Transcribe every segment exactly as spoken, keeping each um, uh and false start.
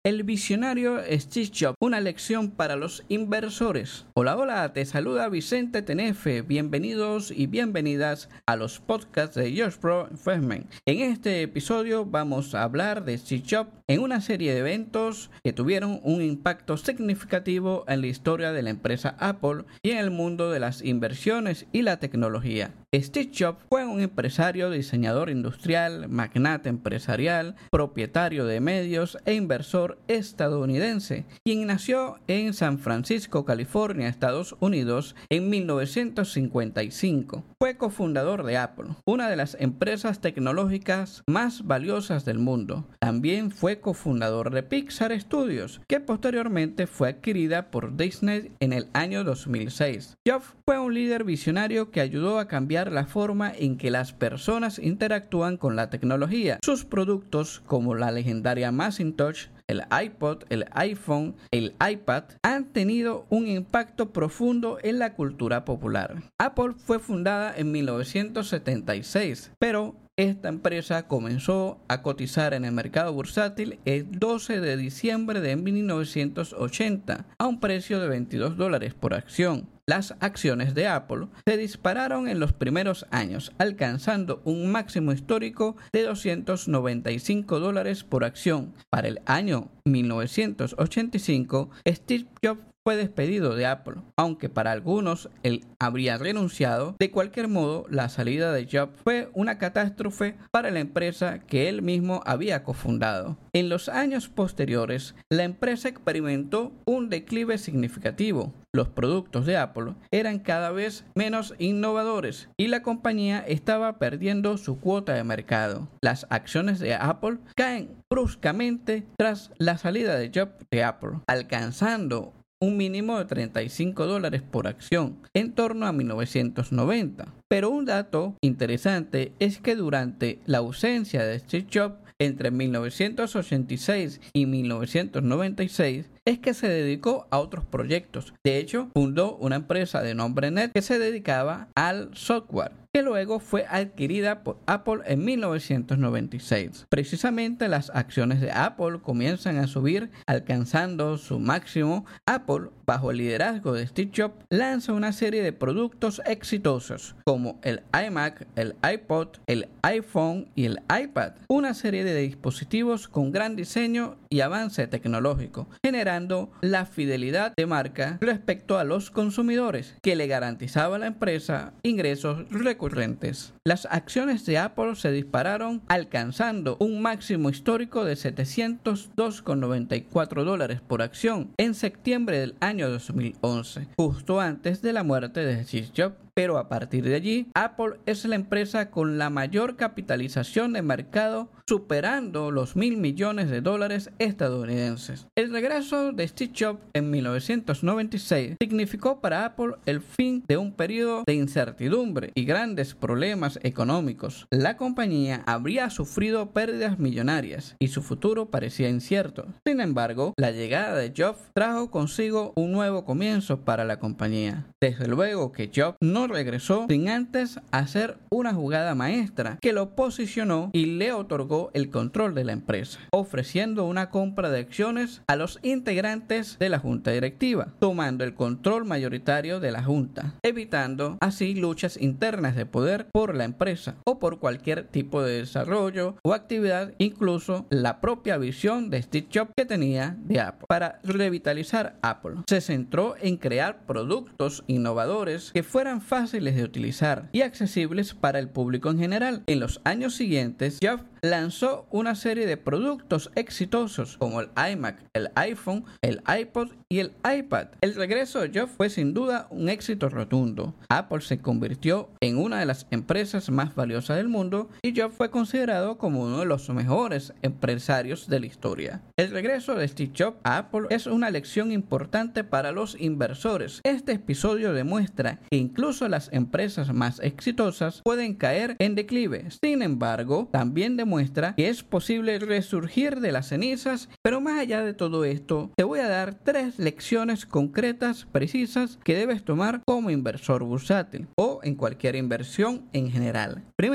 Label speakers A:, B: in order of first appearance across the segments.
A: El visionario Steve Jobs, una lección para los inversores. Hola, hola, te saluda Vicente Tenefe. Bienvenidos y bienvenidas a los podcasts de Joshua Investment. En este episodio vamos a hablar de Steve Jobs en una serie de eventos que tuvieron un impacto significativo en la historia de la empresa Apple y en el mundo de las inversiones y la tecnología. Steve Jobs fue un empresario, diseñador industrial, magnate empresarial, propietario de medios e inversor estadounidense, quien nació en San Francisco, California, Estados Unidos, en mil novecientos cincuenta y cinco. Fue cofundador de Apple, una de las empresas tecnológicas más valiosas del mundo. También fue cofundador de Pixar Studios, que posteriormente fue adquirida por Disney en el año dos mil seis. Jobs fue un líder visionario que ayudó a cambiar la forma en que las personas interactúan con la tecnología. Sus productos, como la legendaria Macintosh, el iPod, el iPhone, el iPad, han tenido un impacto profundo en la cultura popular. Apple fue fundada en mil novecientos setenta y seis, pero esta empresa comenzó a cotizar en el mercado bursátil el doce de diciembre de mil novecientos ochenta a un precio de veintidós dólares por acción. Las acciones de Apple se dispararon en los primeros años, alcanzando un máximo histórico de doscientos noventa y cinco dólares por acción. Para el año mil novecientos ochenta y cinco, Steve Jobs fue despedido de Apple, aunque para algunos él habría renunciado. De cualquier modo, la salida de Jobs fue una catástrofe para la empresa que él mismo había cofundado. En los años posteriores, la empresa experimentó un declive significativo. Los productos de Apple eran cada vez menos innovadores y la compañía estaba perdiendo su cuota de mercado. Las acciones de Apple caen bruscamente tras la salida de Jobs de Apple, alcanzando un mínimo de treinta y cinco dólares por acción, en torno a mil novecientos noventa. Pero un dato interesante es que durante la ausencia de Steve Jobs entre mil novecientos ochenta y seis y mil novecientos noventa y seis, es que se dedicó a otros proyectos. De hecho, fundó una empresa de nombre Net que se dedicaba al software, que luego fue adquirida por Apple en mil novecientos noventa y seis. Precisamente las acciones de Apple comienzan a subir, alcanzando su máximo. Apple, bajo el liderazgo de Steve Jobs, lanza una serie de productos exitosos como el iMac, el iPod, el iPhone y el iPad, una serie de dispositivos con gran diseño y avance tecnológico, generando la fidelidad de marca respecto a los consumidores, que le garantizaba a la empresa ingresos recurrentes. Las acciones de Apple se dispararon, alcanzando un máximo histórico de setecientos dos con noventa y cuatro dólares por acción en septiembre del año dos mil once, justo antes de la muerte de Steve Jobs. Pero a partir de allí, Apple es la empresa con la mayor capitalización de mercado, superando los mil millones de dólares estadounidenses. El regreso de Steve Jobs en mil novecientos noventa y seis significó para Apple el fin de un periodo de incertidumbre y grandes problemas económicos. La compañía habría sufrido pérdidas millonarias y su futuro parecía incierto. Sin embargo, la llegada de Jobs trajo consigo un nuevo comienzo para la compañía. Desde luego que Jobs no regresó sin antes hacer una jugada maestra que lo posicionó y le otorgó el control de la empresa, ofreciendo una compra de acciones a los integrantes de la junta directiva, tomando el control mayoritario de la junta, evitando así luchas internas de poder por la empresa o por cualquier tipo de desarrollo o actividad, incluso la propia visión de Steve Jobs que tenía de Apple. Para revitalizar Apple, se centró en crear productos innovadores que fueran fáciles de utilizar y accesibles para el público en general. En los años siguientes, Jobs lanzó una serie de productos exitosos como el iMac, el iPhone, el iPod y el iPad. El regreso de Jobs fue sin duda un éxito rotundo. Apple se convirtió en una de las empresas más valiosas del mundo y Jobs fue considerado como uno de los mejores empresarios de la historia. El regreso de Steve Jobs a Apple es una lección importante para los inversores. Este episodio demuestra que incluso las empresas más exitosas pueden caer en declive. Sin embargo, también demuestra que es posible resurgir de las cenizas. Pero más allá de todo esto, te voy a dar tres lecciones concretas, precisas, que debes tomar como inversor bursátil o en cualquier inversión en general. Primero,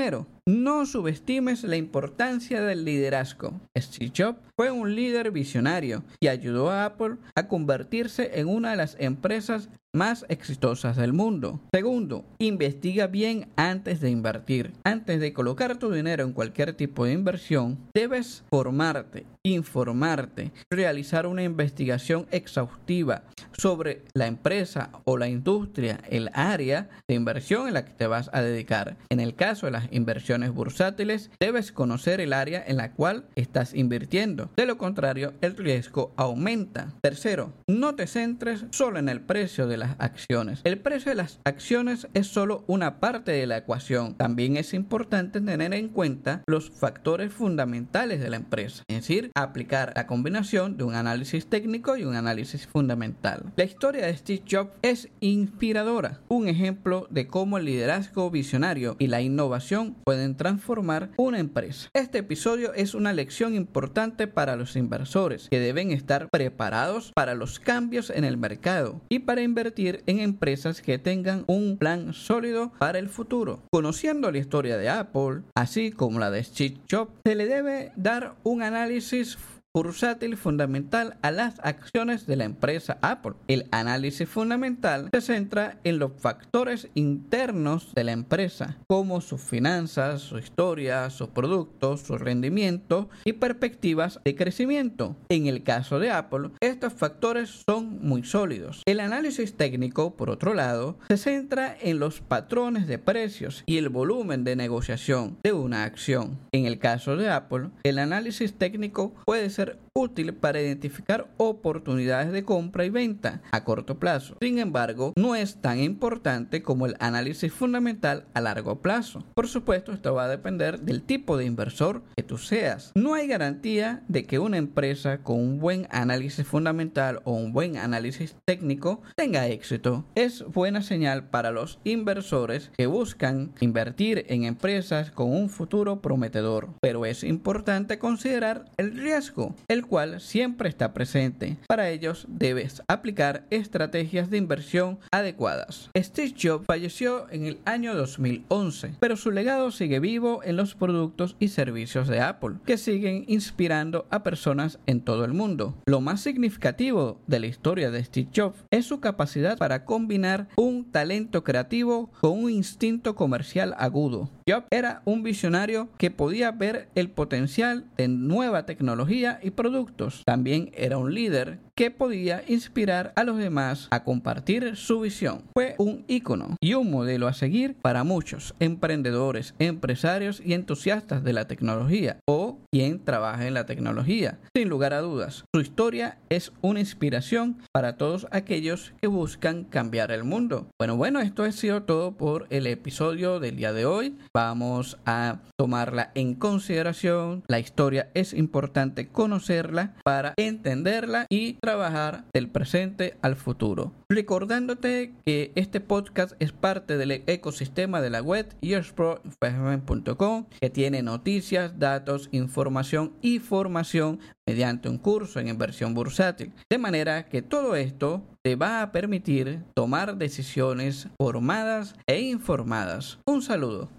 A: No subestimes la importancia del liderazgo. Steve Jobs fue un líder visionario y ayudó a Apple a convertirse en una de las empresas más exitosas del mundo. Segundo, investiga bien antes de invertir. Antes de colocar tu dinero en cualquier tipo de inversión, debes formarte, informarte, realizar una investigación exhaustiva sobre la empresa o la industria, el área de inversión en la que te vas a dedicar. En el caso de las inversiones bursátiles, debes conocer el área en la cual estás invirtiendo. De lo contrario, el riesgo aumenta. Tercero, no te centres solo en el precio de las acciones. El precio de las acciones es solo una parte de la ecuación. También es importante tener en cuenta los factores fundamentales de la empresa, es decir, aplicar la combinación de un análisis técnico y un análisis fundamental. La historia de Steve Jobs es inspiradora, un ejemplo de cómo el liderazgo visionario y la innovación pueden transformar una empresa. Este episodio es una lección importante para los inversores que deben estar preparados para los cambios en el mercado y para invertir en empresas que tengan un plan sólido para el futuro. Conociendo la historia de Apple, así como la de Steve Jobs, se le debe dar un análisis bursátil fundamental a las acciones de la empresa Apple. El análisis fundamental se centra en los factores internos de la empresa, como sus finanzas, su historia, sus productos, su rendimiento y perspectivas de crecimiento. En el caso de Apple, estos factores son muy sólidos. El análisis técnico, por otro lado, se centra en los patrones de precios y el volumen de negociación de una acción. En el caso de Apple, el análisis técnico puede ser útil para identificar oportunidades de compra y venta a corto plazo. Sin embargo, no es tan importante como el análisis fundamental a largo plazo. Por supuesto, esto va a depender del tipo de inversor que tú seas. No hay garantía de que una empresa con un buen análisis fundamental o un buen análisis técnico tenga éxito. Es buena señal para los inversores que buscan invertir en empresas con un futuro prometedor, pero es importante considerar el riesgo, el cual siempre está presente. Para ellos debes aplicar estrategias de inversión adecuadas. Steve Jobs falleció en el año dos mil once, pero su legado sigue vivo en los productos y servicios de Apple, que siguen inspirando a personas en todo el mundo. Lo más significativo de la historia de Steve Jobs es su capacidad para combinar un talento creativo con un instinto comercial agudo. Jobs era un visionario que podía ver el potencial de nueva tecnología y productos. También era un líder que podía inspirar a los demás a compartir su visión. Fue un ícono y un modelo a seguir para muchos emprendedores, empresarios y entusiastas de la tecnología o quien trabaja en la tecnología. Sin lugar a dudas, su historia es una inspiración para todos aquellos que buscan cambiar el mundo. Bueno, bueno, esto ha sido todo por el episodio del día de hoy. Vamos a tomarla en consideración. La historia es importante conocerla para entenderla y trabajar del presente al futuro. Recordándote que este podcast es parte del ecosistema de la web yourspro investment punto com, que tiene noticias, datos, información y formación mediante un curso en inversión bursátil. De manera que todo esto te va a permitir tomar decisiones formadas e informadas. Un saludo.